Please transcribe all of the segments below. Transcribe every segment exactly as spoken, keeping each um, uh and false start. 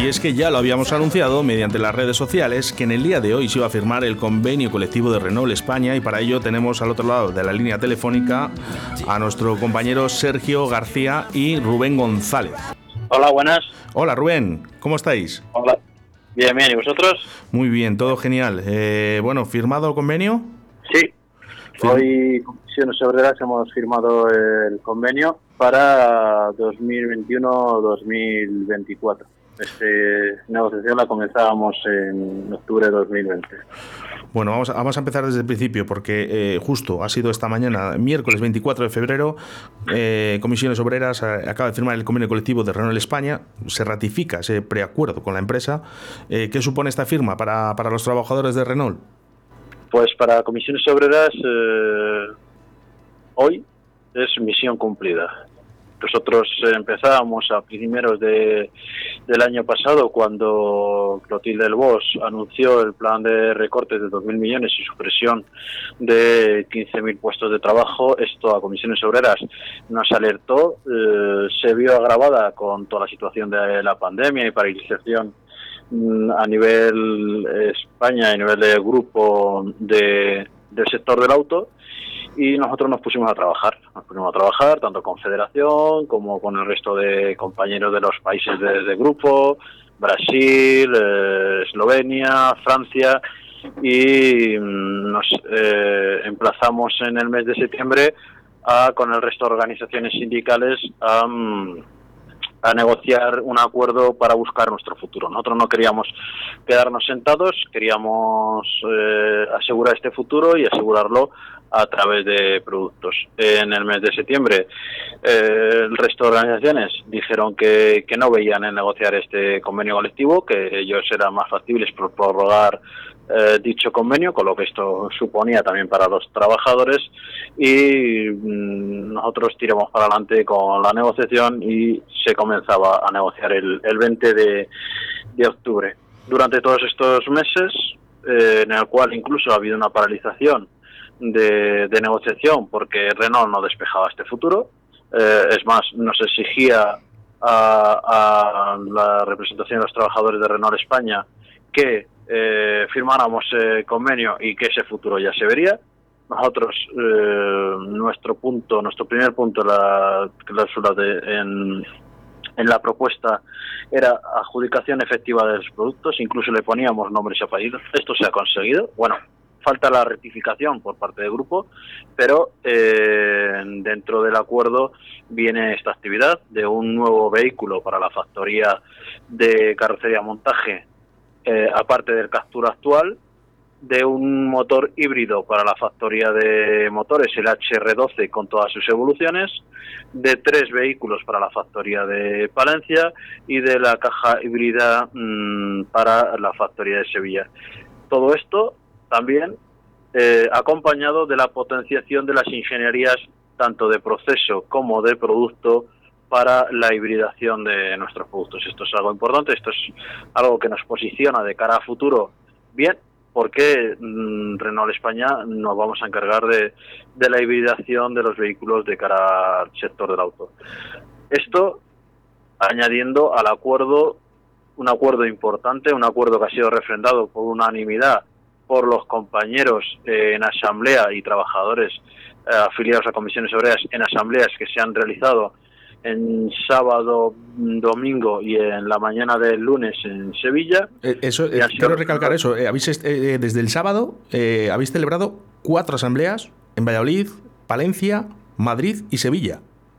Y es que ya lo habíamos anunciado mediante las redes sociales que en el día de hoy se iba a firmar el convenio colectivo de Renault España, y para ello tenemos al otro lado de la línea telefónica a nuestro compañero Sergio García y Rubén González. Hola, buenas. Hola Rubén, ¿cómo estáis? Hola. Bien, bien, ¿y vosotros? Muy bien, todo genial. Eh, bueno, ¿firmado el convenio? Sí. Hoy, Comisiones Obreras, hemos firmado el convenio para dos mil veintiuno dos mil veinticuatro. Esta negociación la comenzábamos en octubre de dos mil veinte. Bueno, vamos a, vamos a empezar desde el principio, porque eh, justo ha sido esta mañana, miércoles veinticuatro de febrero, eh, Comisiones Obreras eh, acaba de firmar el convenio colectivo de Renault España, se ratifica ese preacuerdo con la empresa. Eh, ¿Qué supone esta firma para, para los trabajadores de Renault? Pues para Comisiones Obreras, eh, hoy es misión cumplida. Nosotros empezábamos a primeros de, del año pasado, cuando Clotilde del Bosch anunció el plan de recortes de dos mil millones y supresión de quince mil puestos de trabajo. Esto a Comisiones Obreras nos alertó, eh, se vio agravada con toda la situación de la pandemia y paralización a nivel España, a nivel de grupo de, del sector del auto. Y nosotros nos pusimos a trabajar, nos pusimos a trabajar tanto con Federación como con el resto de compañeros de los países de, de grupo, Brasil, eh, Eslovenia, Francia, y nos eh, emplazamos en el mes de septiembre a, con el resto de organizaciones sindicales a, a negociar un acuerdo para buscar nuestro futuro. Nosotros no queríamos quedarnos sentados, queríamos eh, asegurar este futuro y asegurarlo a través de productos. En el mes de septiembre eh, el resto de organizaciones dijeron que, que no veían en negociar este convenio colectivo, que ellos eran más factibles por prorrogar eh, dicho convenio, con lo que esto suponía también para los trabajadores, y mmm, nosotros tiramos para adelante con la negociación y se comenzaba a negociar el, el veinte de octubre. Durante todos estos meses, eh, en el cual incluso ha habido una paralización De, de negociación porque Renault no despejaba este futuro, eh, es más, nos exigía a, a la representación de los trabajadores de Renault España que eh, firmáramos el convenio y que ese futuro ya se vería. Nosotros, eh, nuestro punto, nuestro primer punto, la cláusula de, en, en la propuesta era adjudicación efectiva de los productos, incluso le poníamos nombres y apellidos. Esto se ha conseguido. Bueno, falta la rectificación por parte del grupo, pero eh, dentro del acuerdo viene esta actividad de un nuevo vehículo para la factoría de carrocería montaje, eh, aparte del Captur actual, de un motor híbrido para la factoría de motores, el H R doce con todas sus evoluciones, de tres vehículos para la factoría de Palencia y de la caja híbrida mmm, para la factoría de Sevilla. Todo esto también eh, acompañado de la potenciación de las ingenierías tanto de proceso como de producto para la hibridación de nuestros productos. Esto es algo importante, esto es algo que nos posiciona de cara a futuro bien, porque mmm, Renault España nos vamos a encargar de, de la hibridación de los vehículos de cara al sector del auto. Esto añadiendo al acuerdo, un acuerdo importante, un acuerdo que ha sido refrendado por unanimidad por los compañeros eh, en asamblea y trabajadores eh, afiliados a Comisiones Obreras en asambleas que se han realizado en sábado, domingo y en la mañana del lunes en Sevilla. Eh, eso, eh, quiero recalcar eso. Eh, habéis eh, desde el sábado eh, habéis celebrado cuatro asambleas en Valladolid, Palencia, Madrid y Sevilla.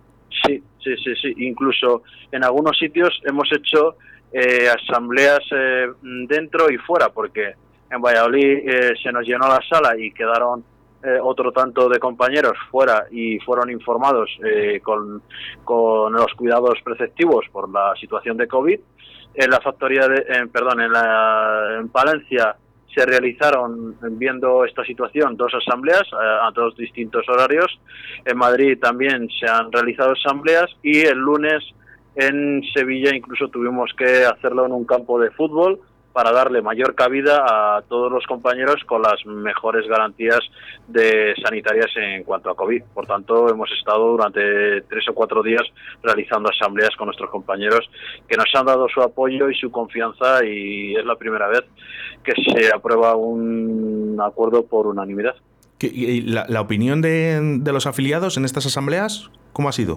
Sí, sí, sí, sí. Incluso en algunos sitios hemos hecho eh, asambleas eh, dentro y fuera, porque en Valladolid eh, se nos llenó la sala y quedaron eh, otro tanto de compañeros fuera y fueron informados eh, con, con los cuidados preceptivos por la situación de COVID. En la factoría de, eh, perdón, en, la, en Palencia se realizaron, viendo esta situación, dos asambleas eh, a dos distintos horarios. En Madrid también se han realizado asambleas y el lunes en Sevilla incluso tuvimos que hacerlo en un campo de fútbol para darle mayor cabida a todos los compañeros con las mejores garantías de sanitarias en cuanto a COVID. Por tanto, hemos estado durante tres o cuatro días realizando asambleas con nuestros compañeros que nos han dado su apoyo y su confianza, y es la primera vez que se aprueba un acuerdo por unanimidad. ¿Y la, la opinión de, de los afiliados en estas asambleas, cómo ha sido?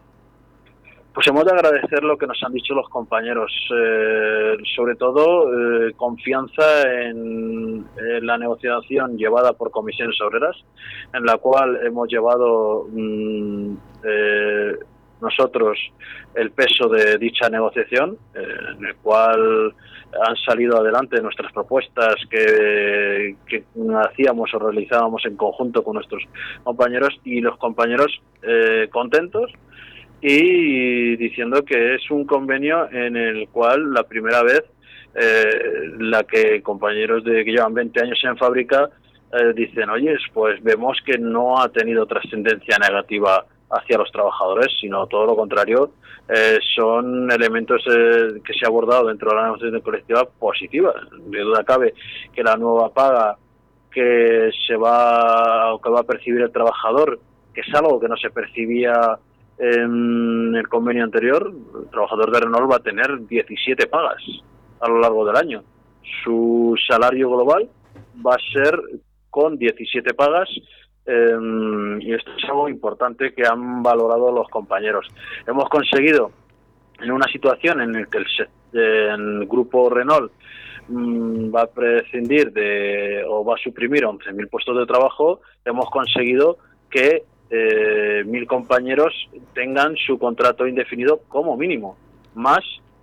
Pues hemos de agradecer lo que nos han dicho los compañeros, eh, sobre todo eh, confianza en, en la negociación llevada por Comisiones Obreras, en la cual hemos llevado mmm, eh, nosotros el peso de dicha negociación, eh, en el cual han salido adelante nuestras propuestas que, que hacíamos o realizábamos en conjunto con nuestros compañeros, y los compañeros eh, contentos y diciendo que es un convenio en el cual la primera vez eh, la que compañeros de que llevan veinte años en fábrica eh, dicen, oye, pues vemos que no ha tenido trascendencia negativa hacia los trabajadores, sino todo lo contrario, eh, son elementos eh, que se ha abordado dentro de la negociación colectiva positiva. De duda cabe que la nueva paga que se va o que va a percibir el trabajador, que es algo que no se percibía en el convenio anterior, el trabajador de Renault va a tener diecisiete pagas a lo largo del año. Su salario global va a ser con diecisiete pagas, eh, y esto es algo importante que han valorado los compañeros. Hemos conseguido, en una situación en la que el, el grupo Renault mmm, va a prescindir de o va a suprimir once mil puestos de trabajo, hemos conseguido que Eh, mil compañeros tengan su contrato indefinido como mínimo, más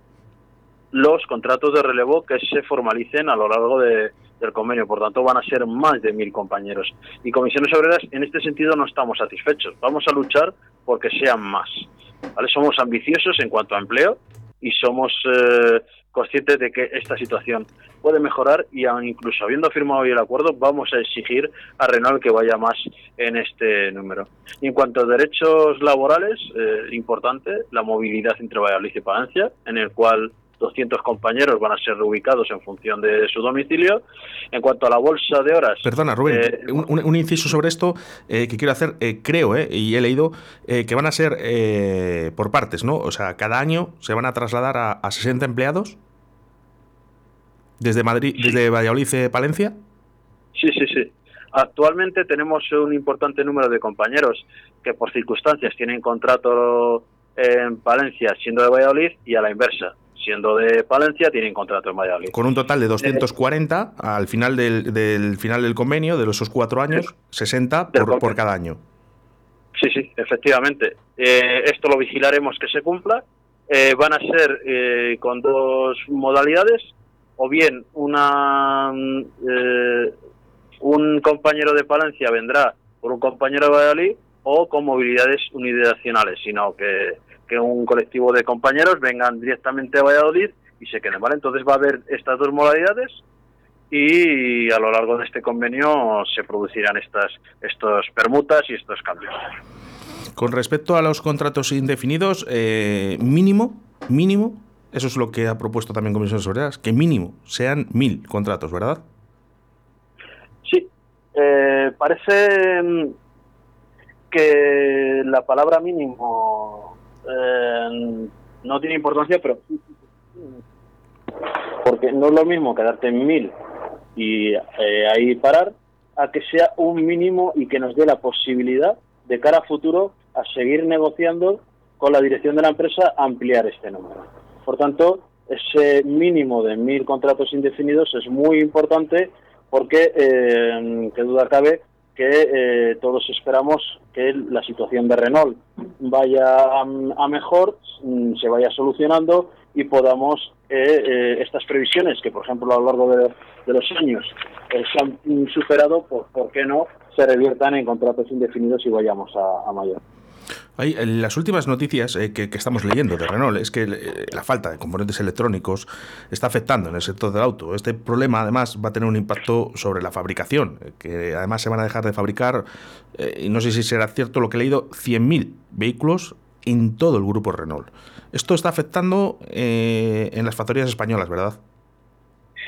los contratos de relevo que se formalicen a lo largo de, del convenio. Por tanto, van a ser más de mil compañeros. Y Comisiones Obreras, en este sentido, no estamos satisfechos. Vamos a luchar porque sean más, ¿vale? Somos ambiciosos en cuanto a empleo y somos eh, conscientes de que esta situación puede mejorar, y aun incluso habiendo firmado hoy el acuerdo, vamos a exigir a Renault que vaya más en este número. Y en cuanto a derechos laborales, eh, importante, la movilidad entre Valladolid y Palencia, en el cual doscientos compañeros van a ser reubicados en función de su domicilio. En cuanto a la bolsa de horas... Perdona, Rubén, eh, un, un inciso sobre esto eh, que quiero hacer. Eh, creo, eh, y he leído, eh, que van a ser eh, por partes, ¿no? O sea, cada año se van a trasladar a, a sesenta empleados desde Madrid, sí. desde Valladolid a Palencia. Sí, sí, sí. Actualmente tenemos un importante número de compañeros que por circunstancias tienen contrato en Palencia siendo de Valladolid, y a la inversa, siendo de Palencia tienen contrato en Valladolid. Con un total de doscientos cuarenta eh, al final del, del final del convenio, de esos cuatro años, sí. sesenta por, por cada año. Sí, sí, efectivamente. Eh, esto lo vigilaremos que se cumpla. Eh, van a ser eh, con dos modalidades, o bien una eh, un compañero de Palencia vendrá por un compañero de Valladolid, o con movilidades unidireccionales, sino que, que un colectivo de compañeros vengan directamente a Valladolid y se queden, ¿vale? Entonces va a haber estas dos modalidades, y a lo largo de este convenio se producirán estas estos permutas y estos cambios. Con respecto a los contratos indefinidos, eh, mínimo, mínimo, eso es lo que ha propuesto también Comisiones Obreras, que mínimo sean mil contratos, ¿verdad? Sí, eh, parece que la palabra mínimo eh, no tiene importancia, pero porque no es lo mismo quedarte en mil y eh, ahí parar, a que sea un mínimo y que nos dé la posibilidad de cara a futuro a seguir negociando con la dirección de la empresa, ampliar este número. Por tanto, ese mínimo de mil contratos indefinidos es muy importante, porque, eh, que duda cabe, que eh, todos esperamos que la situación de Renault vaya a, a mejor, se vaya solucionando, y podamos eh, eh, estas previsiones que, por ejemplo, a lo largo de, de los años eh, se han superado, por, ¿por qué no?, se reviertan en contratos indefinidos y vayamos a, a mayor. Hay, las últimas noticias eh, que, que estamos leyendo de Renault es que eh, la falta de componentes electrónicos está afectando en el sector del auto. Este problema, además, va a tener un impacto sobre la fabricación, eh, que además se van a dejar de fabricar, eh, y no sé si será cierto lo que he leído, cien mil vehículos en todo el grupo Renault. Esto está afectando eh, en las factorías españolas, ¿verdad?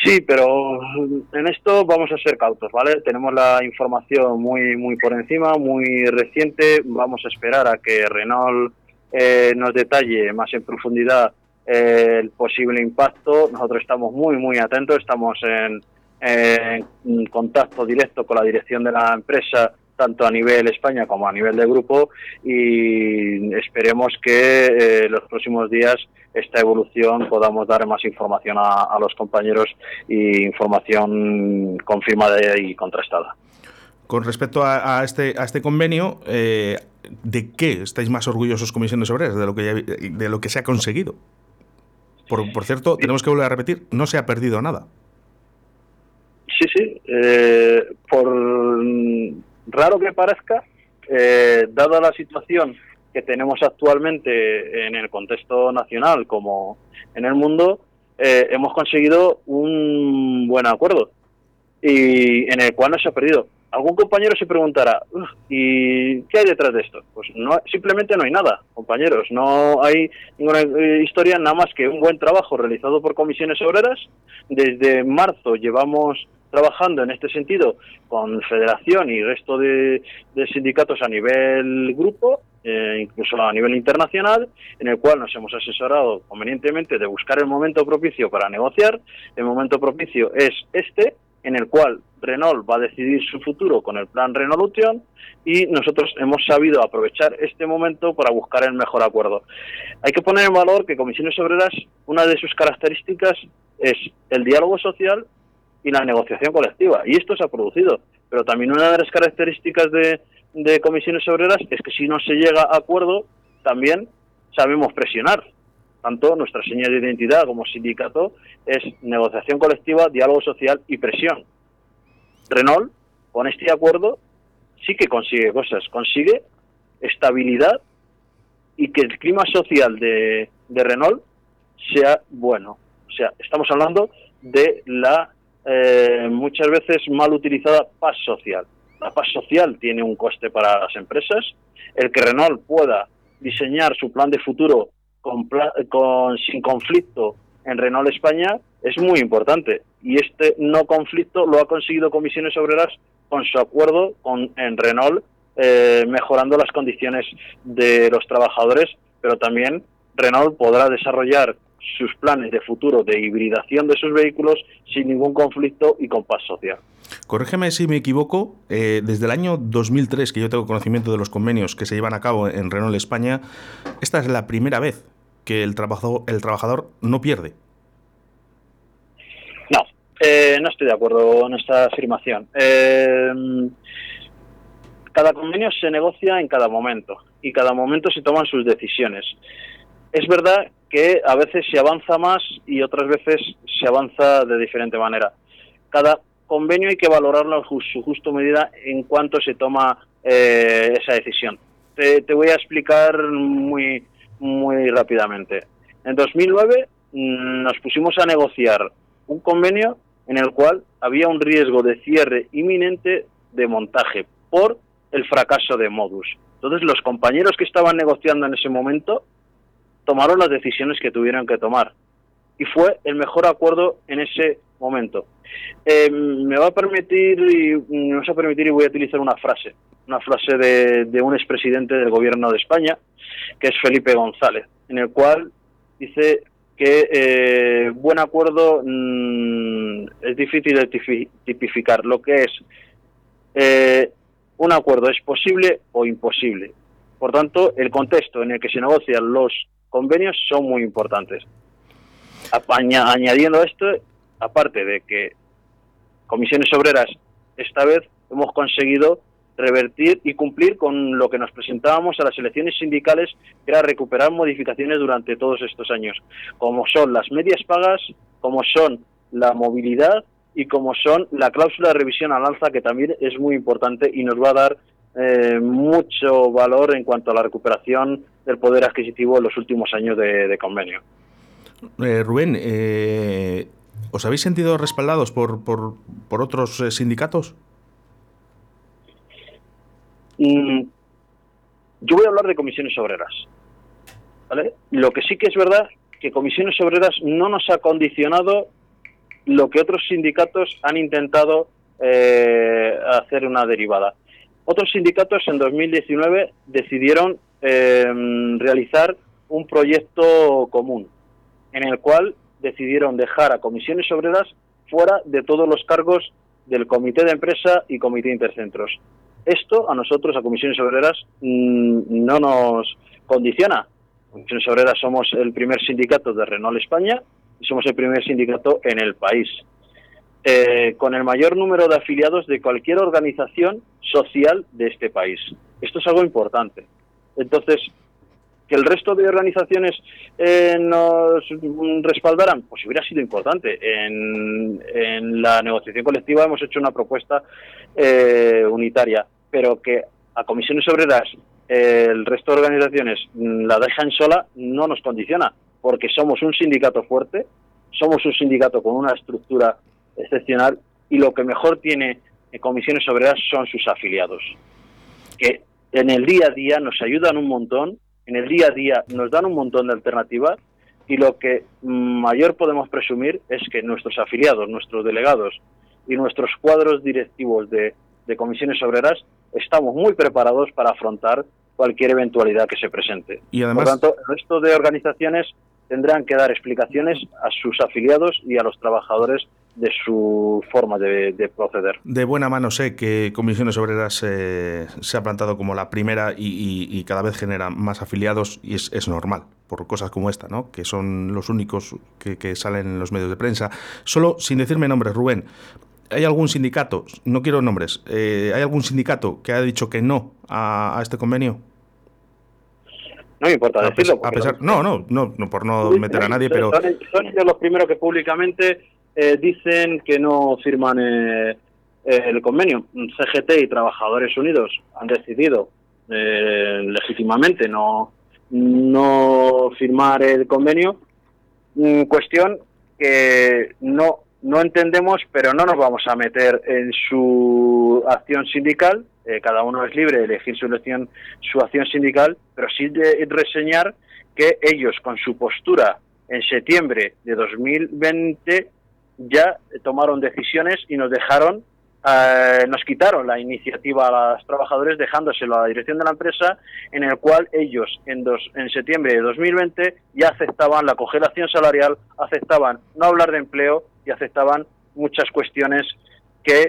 Sí, pero en esto vamos a ser cautos, ¿vale? Tenemos la información muy muy por encima, muy reciente. Vamos a esperar a que Renault eh, nos detalle más en profundidad eh, el posible impacto. Nosotros estamos muy muy atentos, estamos en, en contacto directo con la dirección de la empresa, tanto a nivel España como a nivel de grupo, y esperemos que eh, los próximos días esta evolución podamos dar más información a, a los compañeros y información confirmada y contrastada. Con respecto a, a, este, a este convenio, eh, ¿de qué estáis más orgullosos, Comisiones Obreras? De lo que, ya, de lo que se ha conseguido. Por, por cierto, tenemos que volver a repetir, no se ha perdido nada. Sí, sí. Eh, por raro que parezca, eh, dada la situación que tenemos actualmente en el contexto nacional como en el mundo, eh, hemos conseguido un buen acuerdo y en el cual no se ha perdido. Algún compañero se preguntará, ¿y qué hay detrás de esto? Pues no, simplemente no hay nada, compañeros. No hay ninguna historia, nada más que un buen trabajo realizado por Comisiones Obreras. Desde marzo llevamos trabajando en este sentido con Federación y resto de, de sindicatos a nivel grupo, eh, incluso a nivel internacional, en el cual nos hemos asesorado convenientemente de buscar el momento propicio para negociar. El momento propicio es este, en el cual Renault va a decidir su futuro con el plan Renaulution, y nosotros hemos sabido aprovechar este momento para buscar el mejor acuerdo. Hay que poner en valor que Comisiones Obreras, una de sus características es el diálogo social y la negociación colectiva, y esto se ha producido, pero también una de las características de, de Comisiones Obreras es que si no se llega a acuerdo, también sabemos presionar. Tanto nuestra seña de identidad como sindicato es negociación colectiva, diálogo social y presión. Renault, con este acuerdo, sí que consigue cosas, consigue estabilidad y que el clima social de, de Renault sea bueno. O sea, estamos hablando de la eh, muchas veces mal utilizada paz social. La paz social tiene un coste para las empresas. El que Renault pueda diseñar su plan de futuro Con, con, sin conflicto en Renault España es muy importante, y este no conflicto lo ha conseguido Comisiones Obreras con su acuerdo con en Renault, eh, mejorando las condiciones de los trabajadores, pero también Renault podrá desarrollar sus planes de futuro de hibridación de sus vehículos sin ningún conflicto y con paz social. Corrígeme si me equivoco, eh, desde el año dos mil tres, que yo tengo conocimiento de los convenios que se llevan a cabo en Renault España, esta es la primera vez que el trabajador, el trabajador no pierde. No, eh, no estoy de acuerdo en esta afirmación. Eh, cada convenio se negocia en cada momento, y cada momento se toman sus decisiones. Es verdad que a veces se avanza más y otras veces se avanza de diferente manera. Cada convenio hay que valorarlo en su justa medida en cuanto se toma eh, esa decisión. Te, te voy a explicar muy, muy rápidamente. En dos mil nueve mmm, nos pusimos a negociar un convenio en el cual había un riesgo de cierre inminente de montaje por el fracaso de Modus. Entonces los compañeros que estaban negociando en ese momento tomaron las decisiones que tuvieron que tomar, y fue el mejor acuerdo en ese momento. Eh, me va a permitir y me vas a permitir y voy a utilizar una frase, una frase de, de un expresidente del gobierno de España, que es Felipe González, en el cual dice que eh, buen acuerdo mmm, es difícil de tipificar. Lo que es eh, un acuerdo es posible o imposible. Por tanto, el contexto en el que se negocian los convenios son muy importantes. Añadiendo esto, aparte de que Comisiones Obreras esta vez hemos conseguido revertir y cumplir con lo que nos presentábamos a las elecciones sindicales, que era recuperar modificaciones durante todos estos años, como son las medias pagas, como son la movilidad y como son la cláusula de revisión al alza, que también es muy importante y nos va a dar eh, mucho valor en cuanto a la recuperación del poder adquisitivo en los últimos años de, de convenio. Eh, Rubén, eh, ¿os habéis sentido respaldados por, por, por otros eh, sindicatos? Mm, yo voy a hablar de Comisiones Obreras, ¿vale? Lo que sí que es verdad que Comisiones Obreras no nos ha condicionado lo que otros sindicatos han intentado eh, hacer una derivada. Otros sindicatos en dos mil diecinueve decidieron eh, realizar un proyecto común, en el cual decidieron dejar a comisiones obreras fuera de todos los cargos del comité de empresa y comité intercentros. Esto a nosotros, a comisiones obreras, mmm, no nos condiciona. Comisiones obreras somos el primer sindicato de Renault España y somos el primer sindicato en el país, eh, con el mayor número de afiliados de cualquier organización social de este país. Esto es algo importante. Entonces, ¿que el resto de organizaciones eh, nos respaldaran? Pues hubiera sido importante. En, en la negociación colectiva hemos hecho una propuesta eh, unitaria, pero que a comisiones obreras eh, el resto de organizaciones la dejan sola no nos condiciona, porque somos un sindicato fuerte, somos un sindicato con una estructura excepcional y lo que mejor tiene eh, comisiones obreras son sus afiliados, que en el día a día nos ayudan un montón, en el día a día nos dan un montón de alternativas y lo que mayor podemos presumir es que nuestros afiliados, nuestros delegados y nuestros cuadros directivos de, de comisiones obreras estamos muy preparados para afrontar cualquier eventualidad que se presente. Y además, por tanto, el resto de organizaciones tendrán que dar explicaciones a sus afiliados y a los trabajadores de su forma de, de proceder. De buena mano sé que Comisiones Obreras eh, se ha plantado como la primera y, y, y cada vez genera más afiliados y es, es normal, por cosas como esta, ¿no? Que son los únicos que, que salen en los medios de prensa. Solo, sin decirme nombres, Rubén, ¿hay algún sindicato, no quiero nombres, eh, ¿hay algún sindicato que ha dicho que no a, a este convenio? No me importa a decirlo. A pesar, no, no, no, no, por no meter a nadie, pero... Son, son ellos los primeros que públicamente eh, dicen que no firman eh, el convenio. C G T y Trabajadores Unidos han decidido eh, legítimamente no, no firmar el convenio. Cuestión que no, no entendemos, pero no nos vamos a meter en su acción sindical. Eh, cada uno es libre de elegir su elección, su acción sindical, pero sí de reseñar que ellos con su postura en septiembre de dos mil veinte ya tomaron decisiones y nos dejaron, eh, nos quitaron la iniciativa a los trabajadores dejándoselo a la dirección de la empresa, en el cual ellos en, dos, en septiembre de dos mil veinte ya aceptaban la congelación salarial, aceptaban no hablar de empleo y aceptaban muchas cuestiones que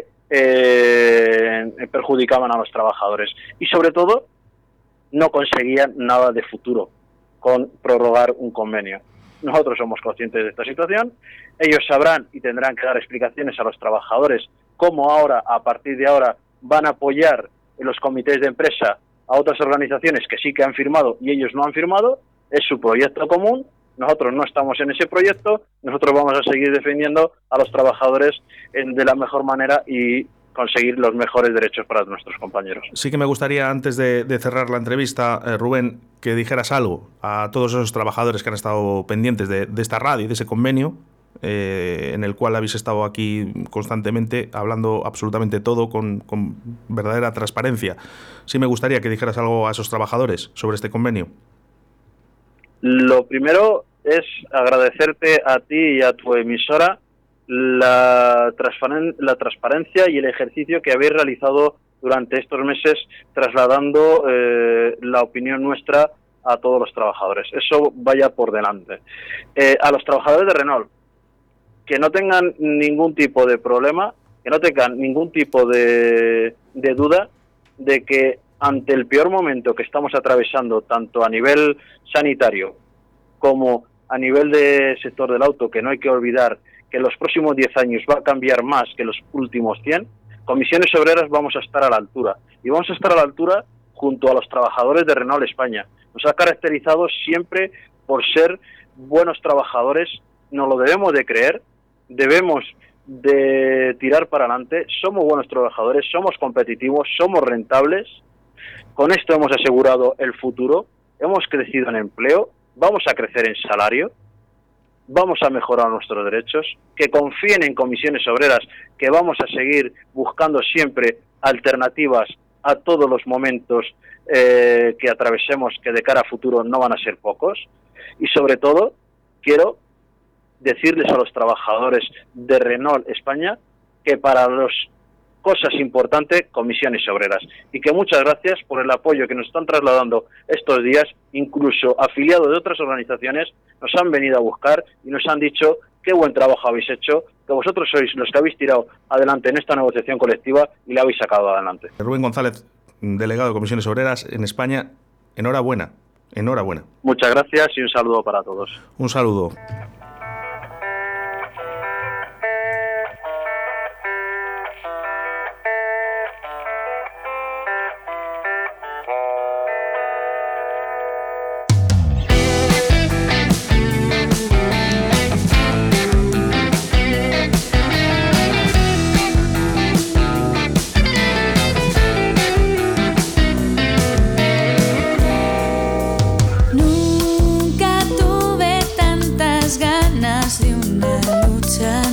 Eh, perjudicaban a los trabajadores y sobre todo no conseguían nada de futuro con prorrogar un convenio. Nosotros somos conscientes de esta situación, ellos sabrán y tendrán que dar explicaciones a los trabajadores cómo ahora, a partir de ahora, van a apoyar en los comités de empresa a otras organizaciones que sí que han firmado y ellos no han firmado. Es su proyecto común. Nosotros no estamos en ese proyecto, nosotros vamos a seguir defendiendo a los trabajadores en, de la mejor manera y conseguir los mejores derechos para nuestros compañeros. Sí que me gustaría, antes de, de cerrar la entrevista, eh, Rubén, que dijeras algo a todos esos trabajadores que han estado pendientes de, de esta radio y de ese convenio, eh, en el cual habéis estado aquí constantemente hablando absolutamente todo con, con verdadera transparencia. Sí me gustaría que dijeras algo a esos trabajadores sobre este convenio. Lo primero es agradecerte a ti y a tu emisora la, transparen- la transparencia y el ejercicio que habéis realizado durante estos meses trasladando eh, la opinión nuestra a todos los trabajadores. Eso vaya por delante. Eh, a los trabajadores de Renault, que no tengan ningún tipo de problema, que no tengan ningún tipo de, de duda de que ante el peor momento que estamos atravesando, tanto a nivel sanitario como a nivel de sector del auto, que no hay que olvidar que en los próximos diez años va a cambiar más que los últimos cien, Comisiones Obreras vamos a estar a la altura. Y vamos a estar a la altura junto a los trabajadores de Renault España. Nos ha caracterizado siempre por ser buenos trabajadores, nos lo debemos de creer, debemos de tirar para adelante, somos buenos trabajadores, somos competitivos, somos rentables. Con esto hemos asegurado el futuro, hemos crecido en empleo, vamos a crecer en salario, vamos a mejorar nuestros derechos, que confíen en Comisiones Obreras, que vamos a seguir buscando siempre alternativas a todos los momentos eh, que atravesemos, que de cara a futuro no van a ser pocos. Y sobre todo, quiero decirles a los trabajadores de Renault España que para las cosas importantes, comisiones obreras. Y que muchas gracias por el apoyo que nos están trasladando estos días, incluso afiliados de otras organizaciones nos han venido a buscar y nos han dicho qué buen trabajo habéis hecho, que vosotros sois los que habéis tirado adelante en esta negociación colectiva y la habéis sacado adelante. Rubén González, delegado de Comisiones Obreras en España, enhorabuena, enhorabuena. Muchas gracias y un saludo para todos. Un saludo. Nunca tuve tantas ganas de una lucha.